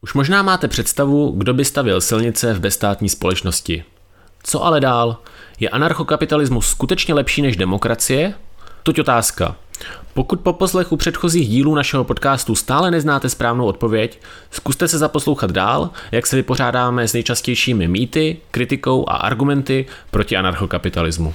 Už možná máte představu, kdo by stavěl silnice v bezstátní společnosti. Co ale dál? Je anarchokapitalismus skutečně lepší než demokracie? Toť otázka. Pokud po poslechu předchozích dílů našeho podcastu stále neznáte správnou odpověď, zkuste se zaposlouchat dál, jak se vypořádáme s nejčastějšími mýty, kritikou a argumenty proti anarchokapitalismu.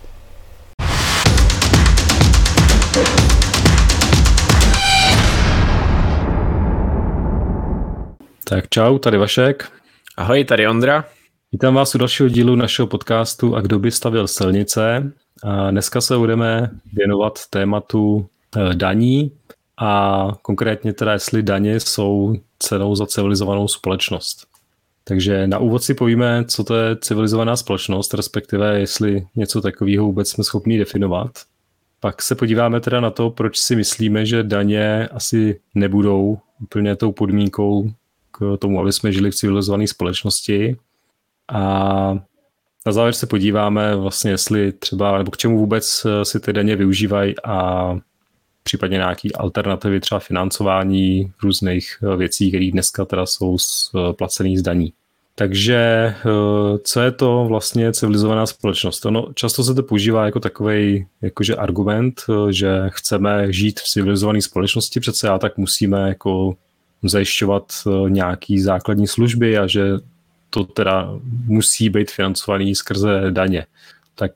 Tak čau, tady Vašek. Ahoj, tady Ondra. Vítám vás u dalšího dílu našeho podcastu A kdo by stavěl silnice. A dneska se budeme věnovat tématu daní a konkrétně teda, jestli daně jsou cenou za civilizovanou společnost. Takže na úvod si povíme, co to je civilizovaná společnost, respektive jestli něco takového vůbec jsme schopni definovat. Pak se podíváme teda na to, proč si myslíme, že daně asi nebudou úplně tou podmínkou k tomu, aby jsme žili v civilizované společnosti. A na závěr se podíváme vlastně, jestli třeba, nebo k čemu vůbec si ty daně využívají a případně nějaké alternativy, třeba financování různých věcí, které dneska teda jsou placený z daní. Takže co je to vlastně civilizovaná společnost? No, často se to používá jako takovej jakože argument, že chceme žít v civilizované společnosti, přece a tak musíme jako zajišťovat nějaký základní služby a že to teda musí být financovaný skrze daně. Tak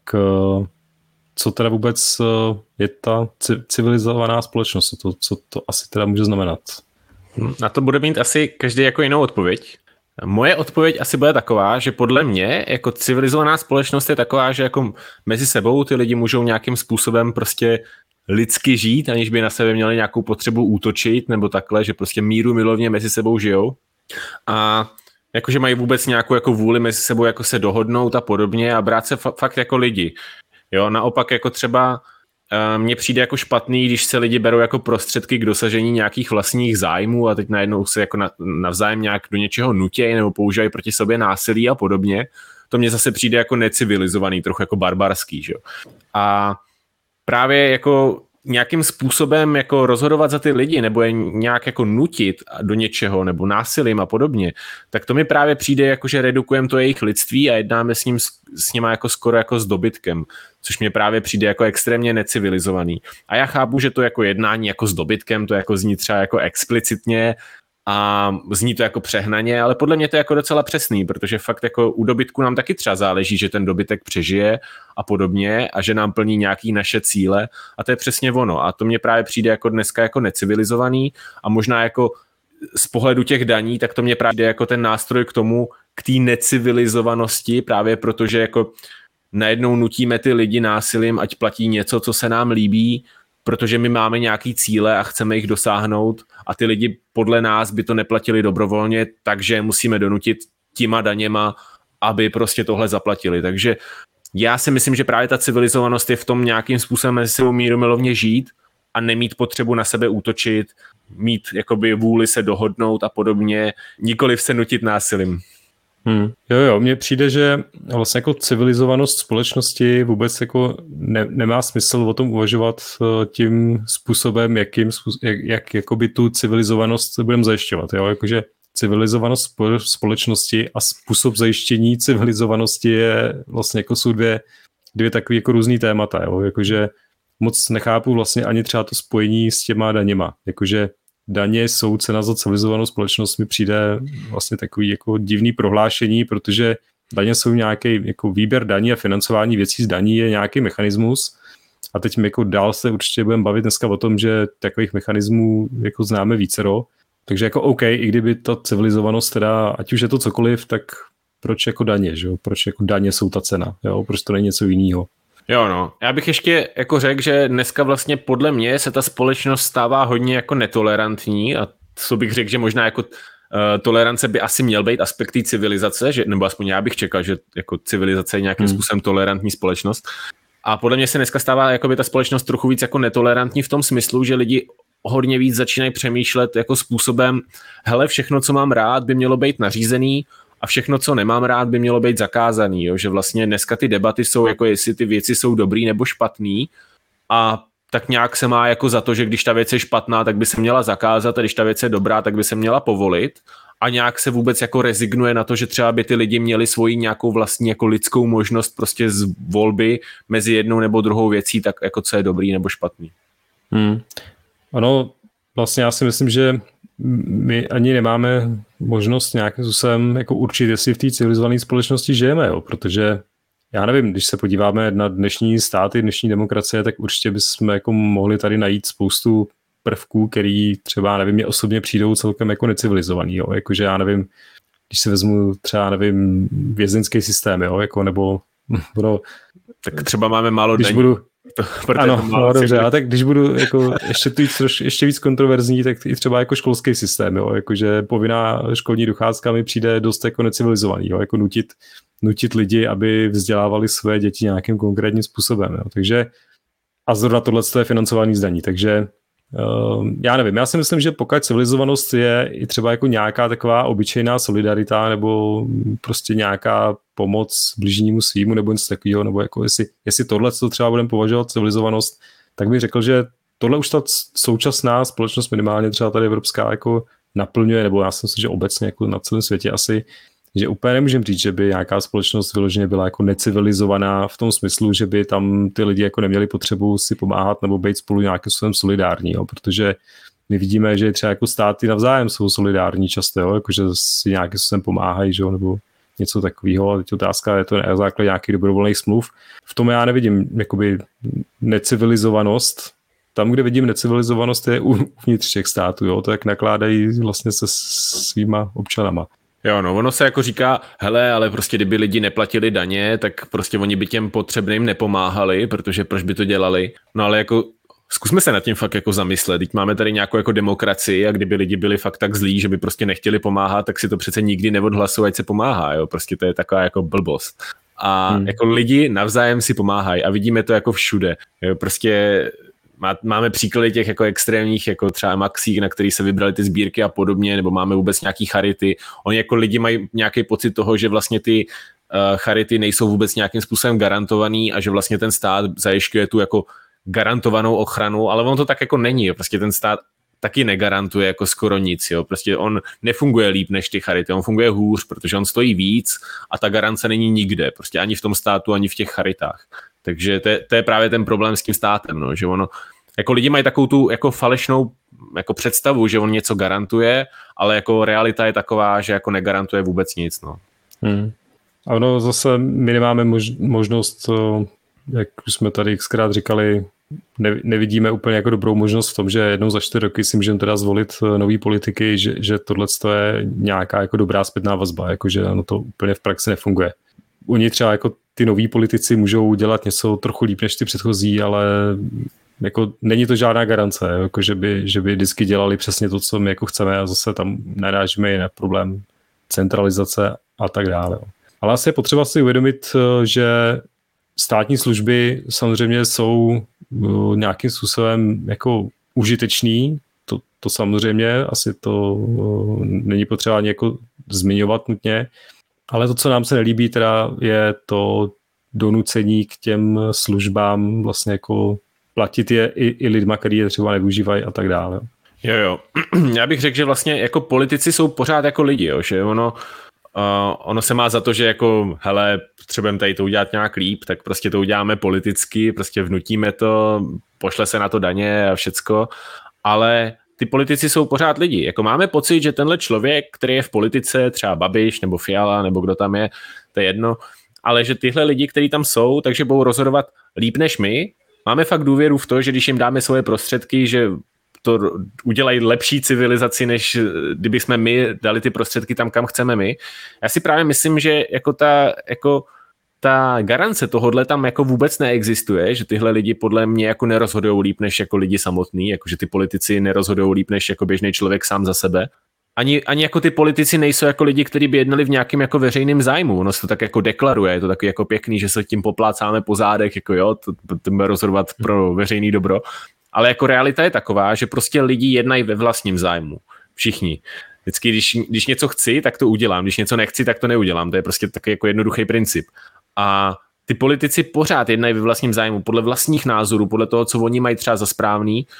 co teda vůbec je ta civilizovaná společnost? Co to asi teda může znamenat? Na to bude mít asi každý jako jinou odpověď. Moje odpověď asi bude taková, že podle mě jako civilizovaná společnost je taková, že jako mezi sebou ty lidi můžou nějakým způsobem prostě lidsky žít, aniž by na sebe měli nějakou potřebu útočit nebo takhle, že prostě míru milovně mezi sebou žijou. A jakože mají vůbec nějakou jako vůli mezi sebou jako se dohodnout a podobně a brát se fakt jako lidi. Jo, naopak jako třeba mně přijde jako špatný, když se lidi berou jako prostředky k dosažení nějakých vlastních zájmů a teď najednou se jako navzájem nějak do něčeho nutějí nebo používají proti sobě násilí a podobně. To mně zase přijde jako necivilizovaný, trochu jako barbarský, že jo. A právě jako nějakým způsobem jako rozhodovat za ty lidi nebo je nějak jako nutit do něčeho nebo násilím a podobně, tak to mi právě přijde jako, že redukujeme to jejich lidství a jednáme s nima jako skoro jako s dobytkem, což mě právě přijde jako extrémně necivilizovaný. A já chápu, že to jako jednání jako s dobytkem, to jako zní třeba jako explicitně a zní to jako přehnaně, ale podle mě to je jako docela přesný, protože fakt jako u dobytku nám taky třeba záleží, že ten dobytek přežije a podobně a že nám plní nějaký naše cíle a to je přesně ono a to mě právě přijde jako dneska jako necivilizovaný a možná jako z pohledu těch daní, tak to mě právě jako ten nástroj k tomu, k té necivilizovanosti, právě protože jako najednou nutíme ty lidi násilím, ať platí něco, co se nám líbí, protože my máme nějaký cíle a chceme jich dosáhnout a ty lidi podle nás by to neplatili dobrovolně, takže musíme donutit těma daněma, aby prostě tohle zaplatili. Takže já si myslím, že právě ta civilizovanost je v tom nějakým způsobem mezi sebou mírumilovně žít a nemít potřebu na sebe útočit, mít jakoby vůli se dohodnout a podobně, nikoliv se nutit násilím. Jo, mně přijde, že vlastně jako civilizovanost společnosti vůbec jako nemá smysl o tom uvažovat tím způsobem, jak jakoby tu civilizovanost budeme zajišťovat. Jo? Jakože civilizovanost společnosti a způsob zajištění civilizovanosti je vlastně jako jsou dvě takové jako různý témata. Jo? Jakože moc nechápu vlastně ani třeba to spojení s těma daněma. Jakože daně jsou cena za civilizovanou společnost mi přijde vlastně takový jako divný prohlášení, protože daně jsou nějaký jako výběr daní a financování věcí z daní je nějaký mechanismus a teď my jako dál se určitě budeme bavit dneska o tom, že takových mechanismů jako známe vícero, takže jako OK, i kdyby ta civilizovanost teda, ať už je to cokoliv, tak proč jako daně, že jo? Proč jako daně jsou ta cena, jo? Proč to není něco jiného? Jo, no. Já bych ještě jako řekl, že dneska vlastně podle mě se ta společnost stává hodně jako netolerantní a co bych řekl, že možná jako tolerance by asi měl být aspekt té civilizace, že, nebo aspoň já bych čekal, že jako civilizace je nějakým způsobem tolerantní společnost. A podle mě se dneska stává jakoby ta společnost trochu víc jako netolerantní v tom smyslu, že lidi hodně víc začínají přemýšlet jako způsobem, hele, všechno, co mám rád, by mělo být nařízený a všechno, co nemám rád, by mělo být zakázaný. Jo? Že vlastně dneska ty debaty jsou jako jestli ty věci jsou dobrý nebo špatný a tak nějak se má jako za to, že když ta věc je špatná, tak by se měla zakázat a když ta věc je dobrá, tak by se měla povolit a nějak se vůbec jako rezignuje na to, že třeba by ty lidi měli svoji nějakou vlastní jako lidskou možnost prostě z volby mezi jednou nebo druhou věcí, tak jako co je dobrý nebo špatný. Ano, vlastně já si myslím, že my ani nemáme možnost nějakým způsobem jako určit, jestli v té civilizované společnosti žijeme, jo? Protože já nevím, když se podíváme na dnešní státy, dnešní demokracie, tak určitě bychom jako mohli tady najít spoustu prvků, který třeba, nevím, mě osobně přijdou celkem jako necivilizovaný, jo? Jakože já nevím, když si vezmu třeba, nevím, vězeňský systém, jo? Jako, nebo tak třeba máme málo daní. Ano, no, dobře, a tak když budu jako ještě víc kontroverzní, tak i třeba jako školský systém, jo, jakože povinná školní docházka mi přijde dost jako necivilizovaný, jo, jako nutit lidi, aby vzdělávali své děti nějakým konkrétním způsobem, jo, takže a zrovna tohle je financování z daní, takže já nevím, já si myslím, že pokud civilizovanost je i třeba jako nějaká taková obyčejná solidarita nebo prostě nějaká pomoc bližnímu svýmu nebo něco takového, nebo jako jestli tohle, co třeba budeme považovat civilizovanost, tak bych řekl, že tohle už ta současná společnost minimálně třeba tady evropská jako naplňuje, nebo já si myslím, že obecně jako na celém světě asi, že úplně nemůžeme říct, že by nějaká společnost vyloženě byla jako necivilizovaná v tom smyslu, že by tam ty lidi jako neměli potřebu si pomáhat nebo být spolu nějakým způsobem solidární, jo? Protože my vidíme, že třeba jako státy navzájem jsou solidární často, jo? Jako, že si nějakým způsobem pomáhají, že jo? Nebo něco takového, a teď otázka je to na základě nějakých dobrovolných smluv. V tom já nevidím jakoby necivilizovanost. Tam, kde vidím necivilizovanost, je uvnitř těch států, jo? To jak nakládají vlastně se svýma občanama. Jo, no, ono se jako říká, hele, ale prostě kdyby lidi neplatili daně, tak prostě oni by těm potřebným nepomáhali, protože proč by to dělali? No ale jako zkusme se nad tím fakt jako zamyslet. Teď máme tady nějakou jako demokracii a kdyby lidi byli fakt tak zlí, že by prostě nechtěli pomáhat, tak si to přece nikdy neodhlasují, ať se pomáhá, jo? Prostě to je taková jako blbost. A jako lidi navzájem si pomáhají a vidíme to jako všude. Jo? Prostě máme příklady těch jako extrémních, jako třeba Maxík, na který se vybrali ty sbírky a podobně, nebo máme vůbec nějaký charity. Oni jako lidi mají nějaký pocit toho, že vlastně ty charity nejsou vůbec nějakým způsobem garantovaný a že vlastně ten stát zajišťuje tu jako garantovanou ochranu, ale on to tak jako není. Jo. Prostě ten stát taky negarantuje jako skoro nic. Jo. Prostě on nefunguje líp než ty charity, on funguje hůř, protože on stojí víc a ta garance není nikde. Prostě ani v tom státu, ani v těch charitách. Takže to je právě ten problém s tím státem, no, že ono, jako lidi mají takovou tu jako falešnou jako představu, že on něco garantuje, ale jako realita je taková, že jako negarantuje vůbec nic, no. A ono zase my nemáme možnost, jak už jsme tady xkrát říkali, nevidíme úplně jako dobrou možnost v tom, že jednou za 4 roky si můžeme teda zvolit nový politiky, že tohle je nějaká jako dobrá zpětná vazba, jakože ono to úplně v praxi nefunguje. Oni třeba jako ty noví politici můžou dělat něco trochu líp než ty předchozí, ale jako není to žádná garance, jako že by vždycky dělali přesně to, co my jako chceme a zase tam narážíme i na problém centralizace a tak dále. Ale asi je potřeba si uvědomit, že státní služby samozřejmě jsou nějakým způsobem jako užitečný, to samozřejmě asi to není potřeba ani jako zmiňovat nutně, ale to, co nám se nelíbí, teda je to donucení k těm službám vlastně jako platit je i lidma, kteří je třeba nevyužívají a tak dále. Jo. Já bych řekl, že vlastně jako politici jsou pořád jako lidi, jo, že ono se má za to, že jako hele, potřebujeme tady to udělat nějak líp, tak prostě to uděláme politicky, prostě vnutíme to, pošle se na to daně a všecko, ale ty politici jsou pořád lidi. Jako máme pocit, že tenhle člověk, který je v politice, třeba Babiš nebo Fiala nebo kdo tam je, to je jedno, ale že tyhle lidi, kteří tam jsou, takže budou rozhodovat líp než my. Máme fakt důvěru v to, že když jim dáme svoje prostředky, že to udělají lepší civilizaci, než kdyby jsme my dali ty prostředky tam, kam chceme my. Já si právě myslím, že ta garance tohodle tam jako vůbec neexistuje, že tyhle lidi podle mě jako nerozhodujou líp než jako lidi samotný, jako že ty politici nerozhodujou líp než jako běžný člověk sám za sebe. Ani jako ty politici nejsou jako lidi, kteří by jednali v nějakém jako veřejném zájmu. Ono se to tak jako deklaruje, je to taky jako pěkný, že se tím poplácáme po zádech, jako jo, to bude rozhodovat pro veřejný dobro. Ale jako realita je taková, že prostě lidi jednají ve vlastním zájmu. Všichni. Vždycky, když něco chci, tak to udělám. Když něco nechci, tak to neudělám. To je prostě takový jako jednoduchý princip. A ty politici pořád jednají ve vlastním zájmu, podle vlastních názorů, podle toho, co oni mají třeba za správný.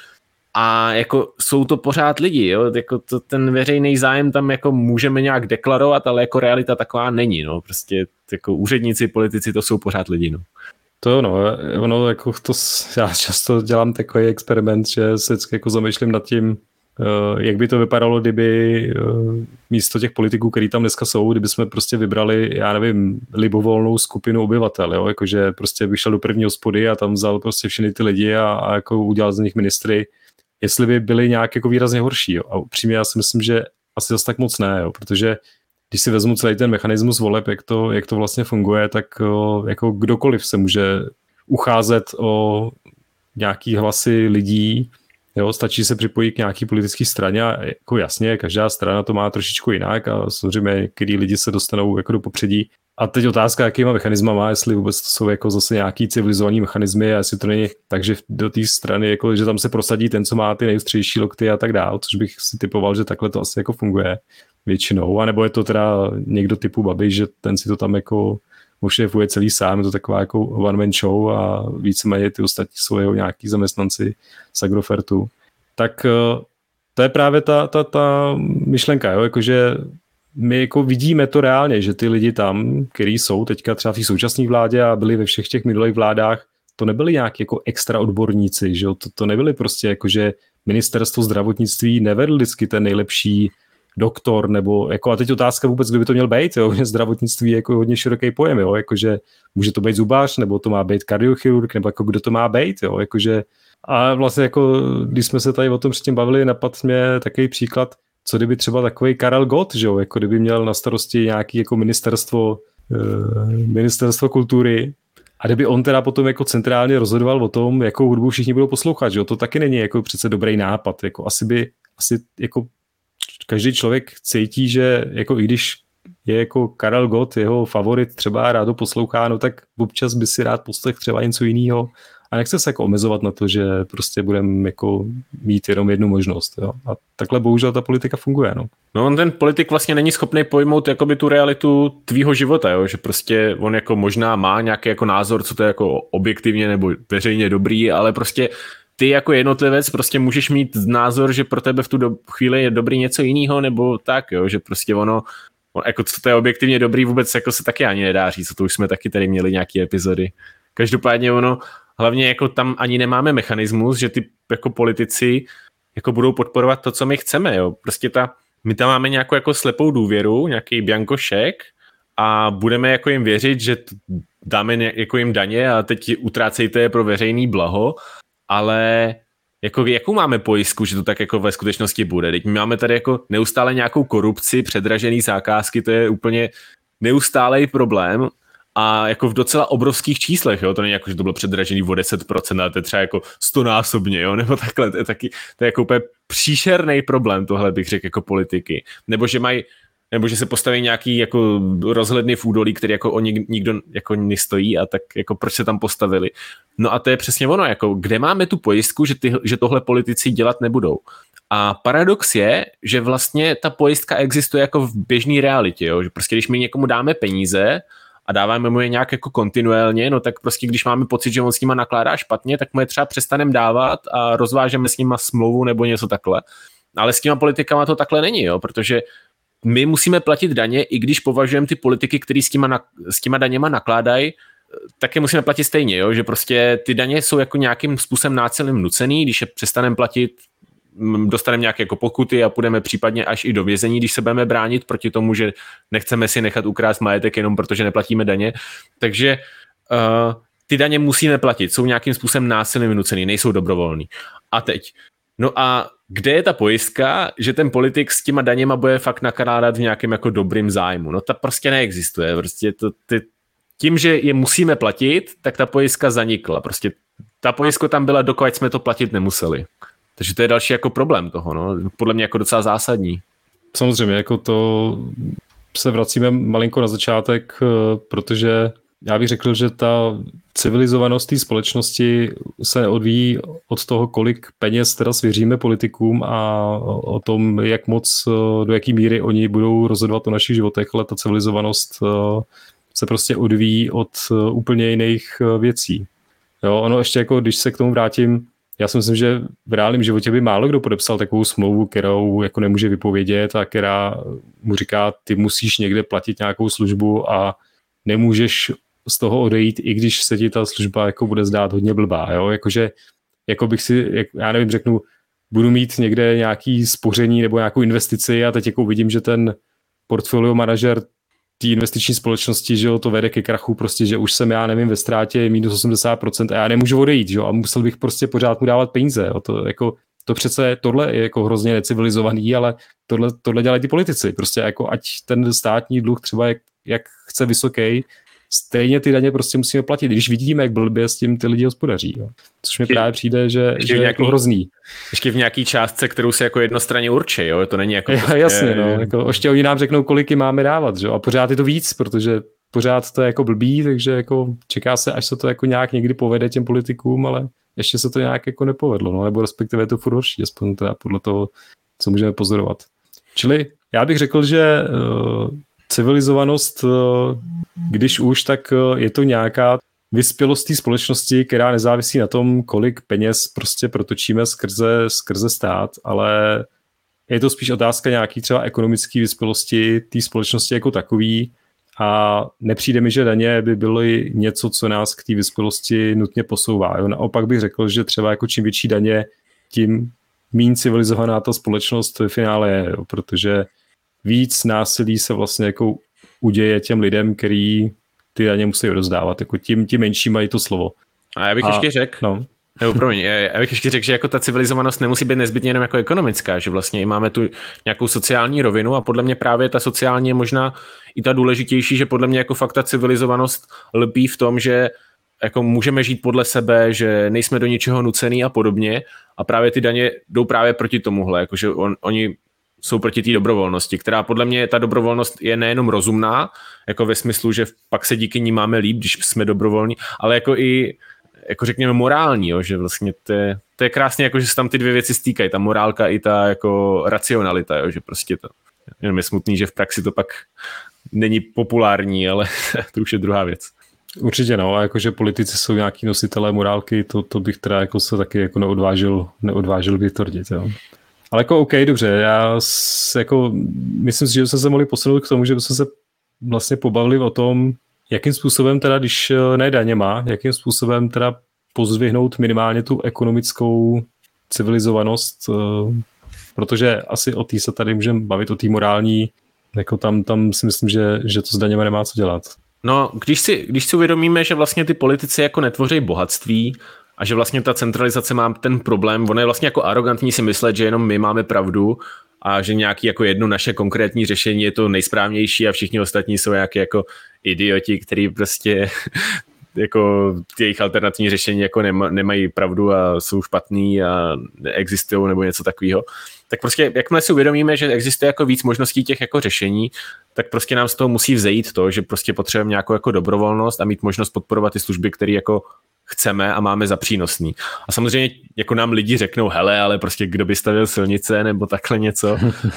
a jako jsou to pořád lidi, jo? Jako ten veřejný zájem tam jako můžeme nějak deklarovat, ale jako realita taková není, no, prostě jako úředníci, politici, to jsou pořád lidi, no. To no, ono jako to, já často dělám takový experiment, že se jako zamýšlím nad tím, jak by to vypadalo, kdyby místo těch politiků, který tam dneska jsou, kdyby jsme prostě vybrali, já nevím, libovolnou skupinu obyvatel, jo? Jakože prostě bych šel do první hospody a tam vzal prostě všechny ty lidi a jako udělal z nich ministry, jestli by byli nějak jako výrazně horší. Jo? A upřímně já si myslím, že asi zase tak moc ne, jo? Protože když si vezmu celý ten mechanismus voleb, jak to vlastně funguje, tak jako kdokoliv se může ucházet o nějaký hlasy lidí, jo, stačí se připojit k nějaký politické straně a jako jasně, každá strana to má trošičku jinak a samozřejmě některý lidi se dostanou jako do popředí. A teď otázka, jakýma mechanismy má, jestli vůbec to jsou jako zase nějaký civilizovaný mechanismy a jestli to není tak, že do té strany, jako, že tam se prosadí ten, co má ty nejostřejší lokty a tak dál, což bych si typoval, že takhle to asi jako funguje většinou. A nebo je to teda někdo typu Babiš, že ten si to tam jako ošéfuje celý sám, je to taková jako one-man show a víceméně ty ostatní jsou jeho nějaký zaměstnanci z Agrofertu. Tak to je právě ta myšlenka, jo? Jakože my jako vidíme to reálně, že ty lidi tam, který jsou teďka třeba v té současné vládě a byli ve všech těch minulých vládách, to nebyli nějaký jako extra odborníci, že jo? To nebyli prostě jako, že ministerstvo zdravotnictví nevedl vždycky ten nejlepší doktor, nebo jako, a teď otázka vůbec, kdo by to měl být, jo? Zdravotnictví je jako hodně široký pojem, jo? Jakože může to být zubař, nebo to má být kardiochirurg, nebo jako kdo to má být, jo? Jakože, a vlastně jako, když jsme se tady o tom předtím bavili, napadl mě takový příklad, co kdyby třeba takový Karel Gott, že jo? Jako kdyby měl na starosti nějaký jako ministerstvo kultury, a kdyby on teda potom jako centrálně rozhodoval o tom, jakou hudbu všichni budou poslouchat, že jo? To taky není jako přece dobrý nápad, jako asi jako každý člověk cítí, že jako i když je jako Karel Gott jeho favorit, třeba rád ho poslouchá, no tak občas by si rád poslech třeba něco jiného a nechce se jako omezovat na to, že prostě budeme jako mít jenom jednu možnost. Jo? A takhle bohužel ta politika funguje. No, on ten politik vlastně není schopný pojmout jakoby tu realitu tvýho života, jo? Že prostě on jako možná má nějaký jako názor, co to je jako objektivně nebo veřejně dobrý, ale prostě ty jako jednotlivec prostě můžeš mít názor, že pro tebe v tu chvíli je dobrý něco jiného, nebo tak, jo, že prostě ono jako co to je objektivně dobrý, vůbec jako se taky ani nedá říct, to už jsme taky tady měli nějaký epizody. Každopádně ono, hlavně jako tam ani nemáme mechanismus, že ty jako politici jako budou podporovat to, co my chceme, jo. Prostě my tam máme nějakou jako slepou důvěru, nějaký biankošek a budeme jako jim věřit, že dáme jako jim daně a teď utrácejte je pro veřejný blaho, ale jako, jakou máme pojistku, že to tak jako ve skutečnosti bude? Teď my máme tady jako neustále nějakou korupci, předražený zakázky, to je úplně neustálej problém a jako v docela obrovských číslech, jo? To není jako, že to bylo předražený o 10%, ale to je třeba jako 100násobně, jo? Nebo takhle, to je jako úplně příšerný problém, tohle bych řekl jako politiky. Nebo že se postaví nějaký jako rozhledny v údolí, který jako o nikdo jako nestojí a tak jako proč se tam postavili. No a to je přesně ono, jako kde máme tu pojistku, že tohle politici dělat nebudou. A paradox je, že vlastně ta pojistka existuje jako v běžné realitě, jo? Že prostě když my někomu dáme peníze a dáváme mu je nějak jako kontinuálně, no tak prostě když máme pocit, že on s nima nakládá špatně, tak mu je třeba přestaneme dávat a rozvážeme s nima smlouvu nebo něco takhle. Ale s těma politikama to takhle není, jo? Protože my musíme platit daně, i když považujeme ty politiky, který s těma daněma nakládají, tak je musíme platit stejně, jo? Že prostě ty daně jsou jako nějakým způsobem násilným nucený, když je přestaneme platit, dostaneme nějaké jako pokuty a půjdeme případně až i do vězení, když se budeme bránit proti tomu, že nechceme si nechat ukrást majetek jenom protože neplatíme daně. Takže ty daně musíme platit, jsou nějakým způsobem násilným nucený, nejsou dobrovolný. A teď, no a kde je ta pojistka, že ten politik s těma daněma bude fakt nakládat v nějakém jako dobrým zájmu? No ta prostě neexistuje. Prostě tím, že je musíme platit, tak ta pojistka zanikla. Prostě ta pojistka tam byla, dokud jsme to platit nemuseli. Takže to je další jako problém toho, no. Podle mě jako docela zásadní. Samozřejmě, jako to se vracíme malinko na začátek, protože já bych řekl, že ta civilizovanost té společnosti se odvíjí od toho, kolik peněz teda svěříme politikům a o tom, jak moc, do jaký míry oni budou rozhodovat o našich životech, ale ta civilizovanost se prostě odvíjí od úplně jiných věcí. Jo, ono ještě jako, když se k tomu vrátím, já si myslím, že v reálném životě by málo kdo podepsal takovou smlouvu, kterou jako nemůže vypovědět a která mu říká, ty musíš někde platit nějakou službu a nemůžeš z toho odejít, i když se ti ta služba jako bude zdát hodně blbá, jo, jakože jako bych si, já nevím, řeknu, budu mít někde nějaký spoření nebo nějakou investici a teď jako vidím, že ten portfolio manažer té investiční společnosti, že jo, to vede ke krachu, prostě, že už jsem, já nevím, ve ztrátě minus 80% a já nemůžu odejít, že jo, a musel bych prostě pořád mu dávat peníze, jo, to přece, tohle je jako hrozně necivilizovaný, ale tohle dělají ty politici, prostě jako ať ten státní dluh třeba jak chce vysoký, stejně ty daně prostě musíme platit, když vidíme, jak blbě s tím ty lidi hospodaří. Jo. Což mi právě přijde, že je jako hrozný. Ještě v nějaký částce, kterou si jako jednostranně určí, jo? To není jako... Prostě... Jasně, no. Jako, ještě oni nám řeknou, kolik jim máme dávat, že? A pořád je to víc, protože pořád to je jako blbý, takže jako čeká se, až se to jako nějak někdy povede těm politikům, ale ještě se to nějak jako nepovedlo, no, nebo respektive je to furt horší, aspoň teda podle toho, co můžeme pozorovat. Čili já bych řekl, že civilizovanost, když už, tak je to nějaká vyspělost té společnosti, která nezávisí na tom, kolik peněz prostě protočíme skrze stát, ale je to spíš otázka nějaký třeba ekonomické vyspělosti té společnosti jako takový a nepřijde mi, že daně by byly něco, co nás k té vyspělosti nutně posouvá. Jo? Naopak bych řekl, že třeba jako čím větší daně, tím méně civilizovaná ta společnost v finále je, jo? Protože víc násilí se vlastně jako uděje těm lidem, který ty daně musí rozdávat. Jako tím menší mají to slovo. A já bych ještě řekl, já bych ještě řekl, že jako ta civilizovanost nemusí být nezbytně jenom jako ekonomická, že vlastně máme tu nějakou sociální rovinu a podle mě právě ta sociální je možná i ta důležitější, že podle mě jako fakt ta civilizovanost lpí v tom, že jako můžeme žít podle sebe, že nejsme do ničeho nucený a podobně a právě ty daně jdou právě proti tomuhle, jakože oni jsou proti té dobrovolnosti, která podle mě ta dobrovolnost je nejenom rozumná, jako ve smyslu, že pak se díky ní máme líp, když jsme dobrovolní, ale jako i jako řekněme morální, jo, že vlastně to je krásně, jako že se tam ty dvě věci stýkají, ta morálka i ta jako racionalita, jo, že prostě to jenom je smutný, že v praxi to pak není populární, ale to už je druhá věc. Určitě no, a jakože politici jsou nějaký nositelé morálky, to bych teda jako se taky jako neodvážil vytvrdit, jo. Ale jako OK, dobře, já jako myslím si, že jsme se mohli posunout k tomu, že jsme se vlastně pobavili o tom, jakým způsobem teda, když ne daněma, jakým způsobem teda pozdvihnout minimálně tu ekonomickou civilizovanost, protože asi o té se tady můžeme bavit, o té morální, jako tam si myslím, že to s daněma nemá co dělat. No, když si uvědomíme, že vlastně ty politici jako netvoří bohatství a že vlastně ta centralizace má ten problém, ono je vlastně jako arrogantní si myslet, že jenom my máme pravdu a že nějaký jako jedno naše konkrétní řešení je to nejsprávnější a všichni ostatní jsou nějaký jako idioti, který prostě jako jejich alternativní řešení jako nemají pravdu a jsou špatný a neexistují nebo něco takového. Tak prostě jakmile si uvědomíme, že existuje jako víc možností těch jako řešení, tak prostě nám z toho musí vzejít to, že prostě potřebujeme nějakou jako dobrovolnost a mít možnost podporovat ty služby, které jako chceme a máme za přínosný. A samozřejmě jako nám lidi řeknou, hele, ale prostě kdo by stavil silnice nebo takhle něco,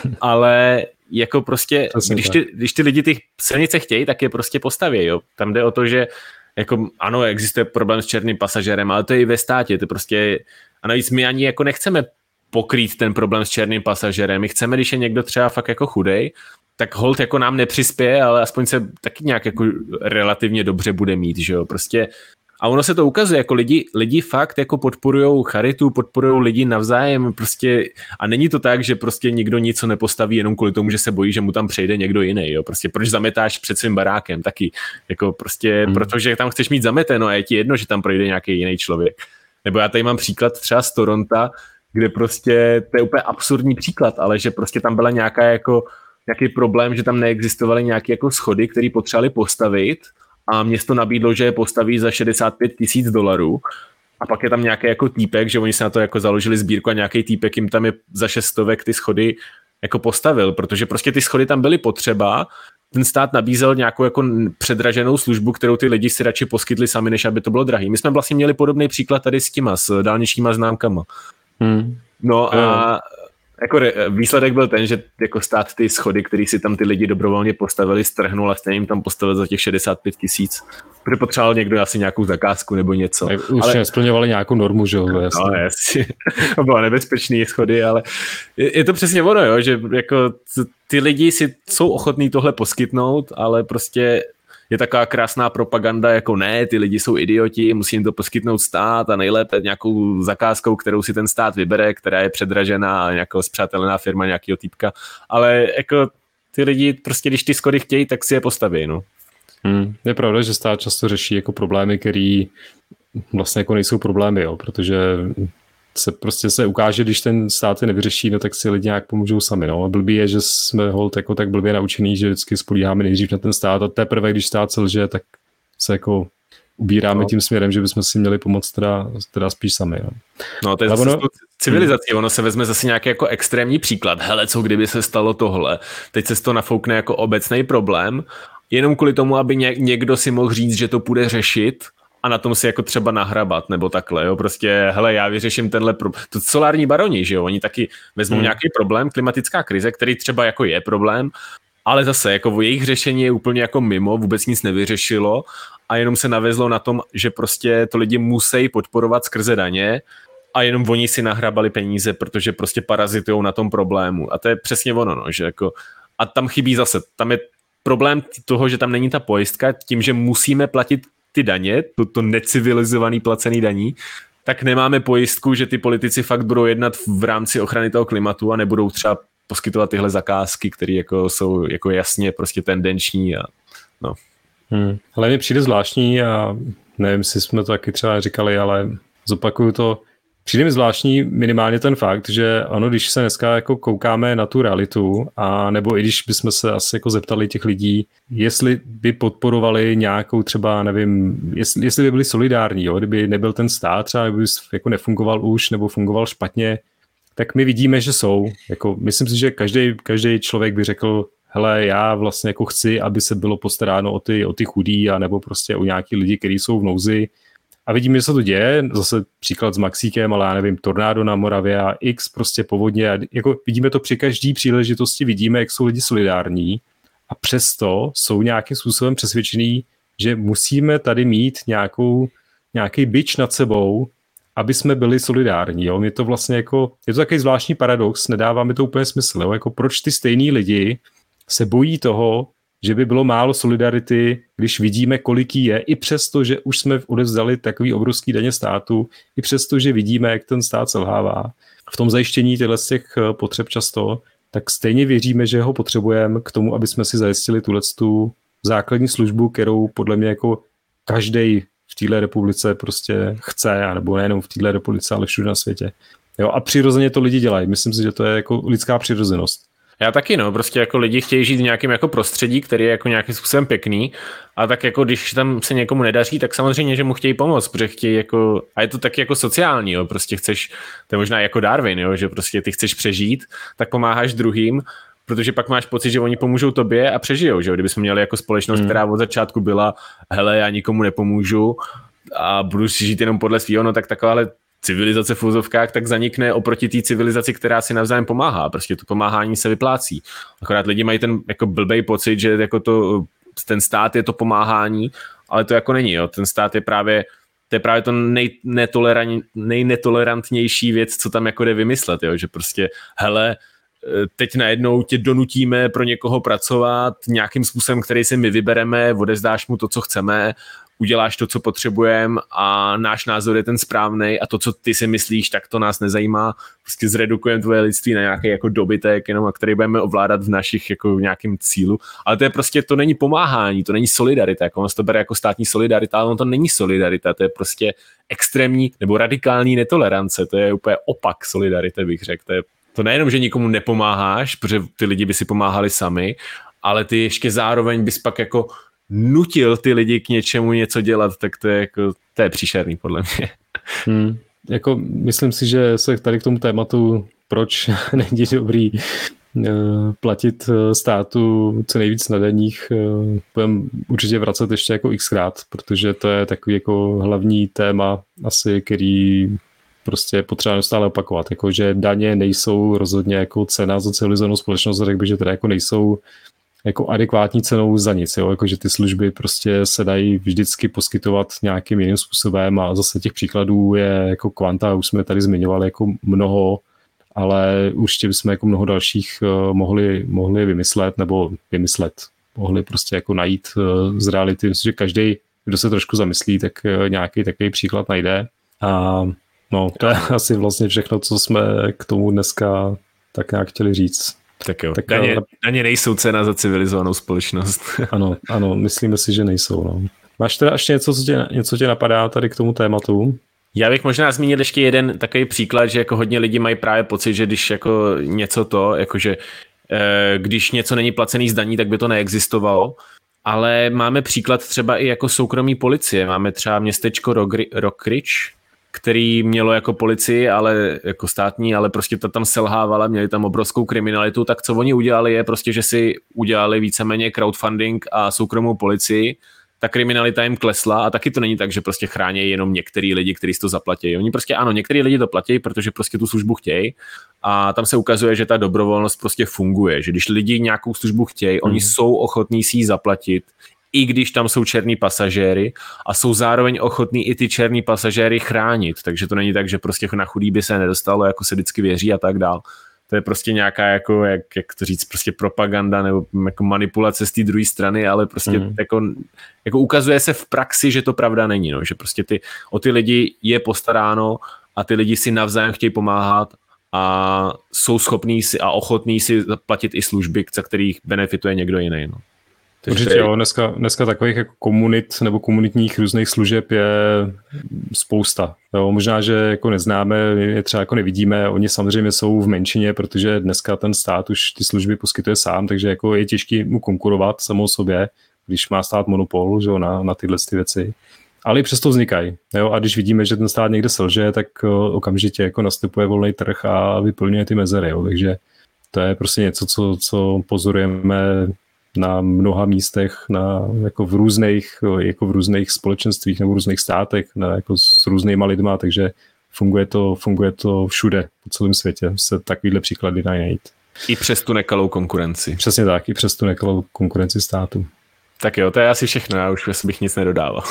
ale jako prostě, když ty lidi ty silnice chtějí, tak je prostě postaví, jo. Tam jde o to, že jako ano, existuje problém s černým pasažérem, ale to je i ve státě, to prostě, a navíc my ani jako nechceme pokrýt ten problém s černým pasažérem, my chceme, když je někdo třeba fakt jako chudej, tak holt jako nám nepřispěje, ale aspoň se taky nějak jako relativně dobře bude mít, že jo, prostě. A ono se to ukazuje, jako lidi fakt jako podporujou charitu, podporujou lidi navzájem prostě a není to tak, že prostě nikdo něco nepostaví jenom kvůli tomu, že se bojí, že mu tam přejde někdo jiný, jo, prostě proč zametáš před svým barákem taky, jako prostě protože tam chceš mít zameteno a je ti jedno, že tam projde nějaký jiný člověk. Nebo já tady mám příklad třeba z Toronta, kde prostě, to je úplně absurdní příklad, ale že prostě tam byla nějaký problém, že tam neexistovaly nějaké jako schody, které potřebovali postavit a město nabídlo, že je postaví za $65,000 a pak je tam nějaký jako týpek, že oni se na to jako založili sbírku a nějaký týpek jim tam je za 600 ty schody jako postavil, protože prostě ty schody tam byly potřeba, ten stát nabízel nějakou jako předraženou službu, kterou ty lidi si radši poskytli sami, než aby to bylo drahý. My jsme vlastně měli podobný příklad tady s dálničníma známkama. No Jako výsledek byl ten, že jako stát ty schody, který si tam ty lidi dobrovolně postavili, strhnul a stejně jim tam postavil za těch 65 000. Protože potřeboval někdo asi nějakou zakázku nebo něco. Už nesplňovali nějakou normu, že jo? No jasně. To bylo nebezpečný schody, ale je to přesně ono, jo, že jako ty lidi si jsou ochotní tohle poskytnout, ale prostě je taková krásná propaganda, jako ne, ty lidi jsou idioti, musí jim to poskytnout stát a nejlépe nějakou zakázkou, kterou si ten stát vybere, která je předražená a nějakou spřátelená firma nějakého týpka, ale jako ty lidi prostě, když ty schody chtějí, tak si je postaví, no. Je pravda, že stát často řeší jako problémy, které vlastně jako nejsou problémy, jo, protože se ukáže, když ten stát je nevyřeší, no tak si lidi nějak pomůžou sami, no. A blbý je, že jsme holt jako tak blbě naučený, že vždycky spolíháme nejdřív na ten stát a teprve, když stát selže, tak se jako ubíráme tím směrem, že bychom si měli pomoct teda spíš sami, no. No to je zase civilizací, ono se vezme zase nějaký jako extrémní příklad, hele, co kdyby se stalo tohle, teď se to nafoukne jako obecný problém, jenom kvůli tomu, aby někdo si mohl říct, že to půjde řešit a na tom si jako třeba nahrabat, nebo takhle, jo, prostě, hele, já vyřeším tenhle problém. To solární baroni, že jo, oni taky vezmou nějaký problém, klimatická krize, který třeba jako je problém, ale zase, jako jejich řešení je úplně jako mimo, vůbec nic nevyřešilo a jenom se navezlo na tom, že prostě to lidi musí podporovat skrze daně a jenom oni si nahrabali peníze, protože prostě parazitujou na tom problému. A to je přesně ono, no, že jako, a tam chybí zase, tam je problém toho, že tam není ta pojistka, tím, že musíme platit ty daně, to necivilizovaný placený daní, tak nemáme pojistku, že ty politici fakt budou jednat v rámci ochrany toho klimatu a nebudou třeba poskytovat tyhle zakázky, které jako jsou jako jasně prostě tendenční a no. Ale mi přijde zvláštní a nevím, jestli jsme to taky třeba říkali, ale zopakuju to. Přijde mi zvláštní minimálně ten fakt, že ano, když se dneska jako koukáme na tu realitu, a nebo i když bychom se asi jako zeptali těch lidí, jestli by podporovali nějakou třeba, nevím, jestli by byli solidární, jo, kdyby nebyl ten stát, třeba by jako nefungoval už, nebo fungoval špatně, tak my vidíme, že jsou. Jako, myslím si, že každý člověk by řekl, hele, já vlastně jako chci, aby se bylo postaráno o ty chudí, a nebo prostě o nějaký lidi, kteří jsou v nouzi. A vidíme, že se to děje, zase příklad s Maxíkem, ale já nevím, tornádo na Moravě a x prostě povodně. A jako vidíme to při každé příležitosti, vidíme, jak jsou lidi solidární a přesto jsou nějakým způsobem přesvědčení, že musíme tady mít nějaký bič nad sebou, aby jsme byli solidární. Jo? Je to vlastně jako, je to takový zvláštní paradox, nedává mi to úplně smysl. Jo? Jako proč ty stejný lidi se bojí toho, že by bylo málo solidarity, když vidíme, kolik jí je, i přesto, že už jsme odevzdali takový obrovský daně státu, i přesto, že vidíme, jak ten stát selhává v tom zajištění těchto z těch potřeb často, tak stejně věříme, že ho potřebujeme k tomu, aby jsme si zajistili tu základní službu, kterou podle mě jako každej v téhle republice prostě chce, nebo nejenom v téhle republice, ale všude na světě. Jo, a přirozeně to lidi dělají. Myslím si, že to je jako lidská přirozenost. Já taky, no, prostě jako lidi chtějí žít v nějakém jako prostředí, který je jako nějakým způsobem pěkný, a tak jako když tam se někomu nedaří, tak samozřejmě, že mu chtějí pomoct, protože chtějí jako, a je to taky jako sociální, jo, prostě chceš, to je možná jako Darwin, jo, že prostě ty chceš přežít, tak pomáháš druhým, protože pak máš pocit, že oni pomůžou tobě a přežijou, že jo, kdybychom měli jako společnost, která od začátku byla, hele, já nikomu nepomůžu a budu si žít jenom podle svýho, no tak takováhle civilizace v úzovkách tak zanikne oproti té civilizaci, která si navzájem pomáhá. Prostě to pomáhání se vyplácí. Akorát lidi mají ten jako blbej pocit, že jako ten stát je to pomáhání, ale to jako není. Jo. Ten stát je právě to nejnetolerantnější věc, co tam jako jde vymyslet. Jo. Že prostě, hele, teď najednou tě donutíme pro někoho pracovat nějakým způsobem, který si my vybereme, odezdáš mu to, co chceme, uděláš to, co potřebujeme a náš názor je ten správnej a to, co ty si myslíš, tak to nás nezajímá. Prostě zredukujeme tvoje lidství na nějaký jako dobytek, jenom a který budeme ovládat v našich jako nějakým cílu. Ale to je prostě, to není pomáhání, to není solidarita. Jako on to bere jako státní solidarita, ale on to není solidarita, to je prostě extrémní nebo radikální netolerance. To je úplně opak solidarity, bych řekl. To nejenom, že nikomu nepomáháš, protože ty lidi by si pomáhali sami, ale ty ještě zároveň bys pak jako nutil ty lidi k něčemu něco dělat, tak to je příšerný podle mě. Jako myslím si, že se tady k tomu tématu, proč není dobrý platit státu co nejvíc na daních, budeme určitě vracet ještě jako xkrát, protože to je takový jako hlavní téma asi, který prostě je potřeba neustále opakovat, jako že daně nejsou rozhodně jako cena za civilizovanou společnost, řekl bych, že teda jako nejsou jako adekvátní cenou za nic, jo? Jako že ty služby prostě se dají vždycky poskytovat nějakým jiným způsobem a zase těch příkladů je jako kvanta, už jsme tady zmiňovali jako mnoho, ale určitě bychom jako mnoho dalších mohli mohli prostě jako najít z reality. Myslím, že každý, kdo se trošku zamyslí, tak nějaký takový příklad najde. A no, to je asi vlastně všechno, co jsme k tomu dneska tak nějak chtěli říct. Tak jo, daně nejsou cena za civilizovanou společnost. Ano, myslíme si, že nejsou. No. Máš teda ještě něco tě napadá tady k tomu tématu? Já bych možná zmínil ještě jeden takový příklad, že jako hodně lidí mají právě pocit, že když jako něco jakože když něco není placený z daní, tak by to neexistovalo. Ale máme příklad třeba i jako soukromí policie. Máme třeba městečko Rock Ridge, který mělo jako policii, ale jako státní, ale prostě ta tam selhávala, měli tam obrovskou kriminalitu, tak co oni udělali je prostě, že si udělali víceméně crowdfunding a soukromou policii, ta kriminalita jim klesla a taky to není tak, že prostě chrání jenom některý lidi, kteří si to zaplatí. Oni prostě ano, některý lidi to platí, protože prostě tu službu chtějí a tam se ukazuje, že ta dobrovolnost prostě funguje, že když lidi nějakou službu chtějí, oni jsou ochotní si ji zaplatit, i když tam jsou černí pasažéry a jsou zároveň ochotní i ty černí pasažéry chránit, takže to není tak, že prostě na chudý by se nedostalo, jako se vždycky věří a tak dál. To je prostě nějaká, jako, jak to říct, prostě propaganda nebo jako manipulace z té druhé strany, ale prostě jako ukazuje se v praxi, že to pravda není, no, že prostě o ty lidi je postaráno a ty lidi si navzájem chtějí pomáhat a jsou schopní si a ochotní si zaplatit i služby, za kterých benefituje někdo jiný, no. Určitě jo, dneska takových jako komunit nebo komunitních různých služeb je spousta. Jo, možná, že jako neznáme, je třeba jako nevidíme, oni samozřejmě jsou v menšině, protože dneska ten stát už ty služby poskytuje sám, takže jako je těžké mu konkurovat samou sobě, když má stát monopol, že jo, na tyhle ty věci. Ale i přesto vznikají. Jo? A když vidíme, že ten stát někde selže, tak okamžitě jako nastupuje volný trh a vyplňuje ty mezery. Jo? Takže to je prostě něco, co pozorujeme na mnoha místech, jako v různých společenstvích nebo v různých státech, jako s různýma lidma, takže funguje to všude po celém světě. Se takovýhle příklady dají najít. I přes tu nekalou konkurenci. Přesně tak, i přes tu nekalou konkurenci státu. Tak jo, to je asi všechno, já už bych nic nedodával.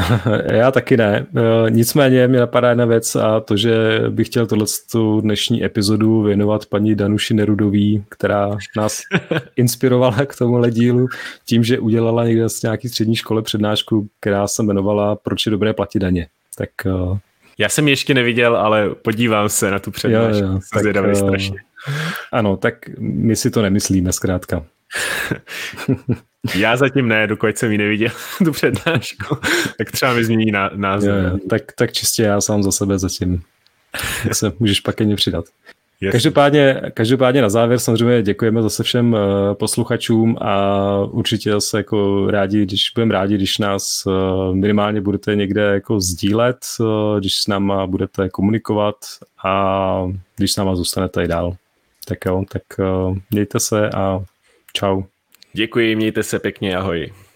Já taky ne. Nicméně mě napadá jedna věc a to, že bych chtěl tu dnešní epizodu věnovat paní Danuši Nerudový, která nás inspirovala k tomuhle dílu tím, že udělala někde z nějaký střední škole přednášku, která se jmenovala Proč je dobré platit daně. Tak já jsem ji ještě neviděl, ale podívám se na tu přednášku. Jo, jsem zvědavý strašně. Ano, tak my si to nemyslíme zkrátka. Já zatím ne, dokud jsem ji neviděl, tu přednášku, tak třeba mi změní název. Jo, tak čistě já sám za sebe zatím. Se můžeš pak ně přidat. Každopádně na závěr samozřejmě děkujeme zase všem posluchačům a určitě zase jako budeme rádi, když nás minimálně budete někde jako sdílet, když s náma budete komunikovat a když s náma zůstanete i dál. Tak jo, tak mějte se a čau. Děkuji, mějte se pěkně, ahoj.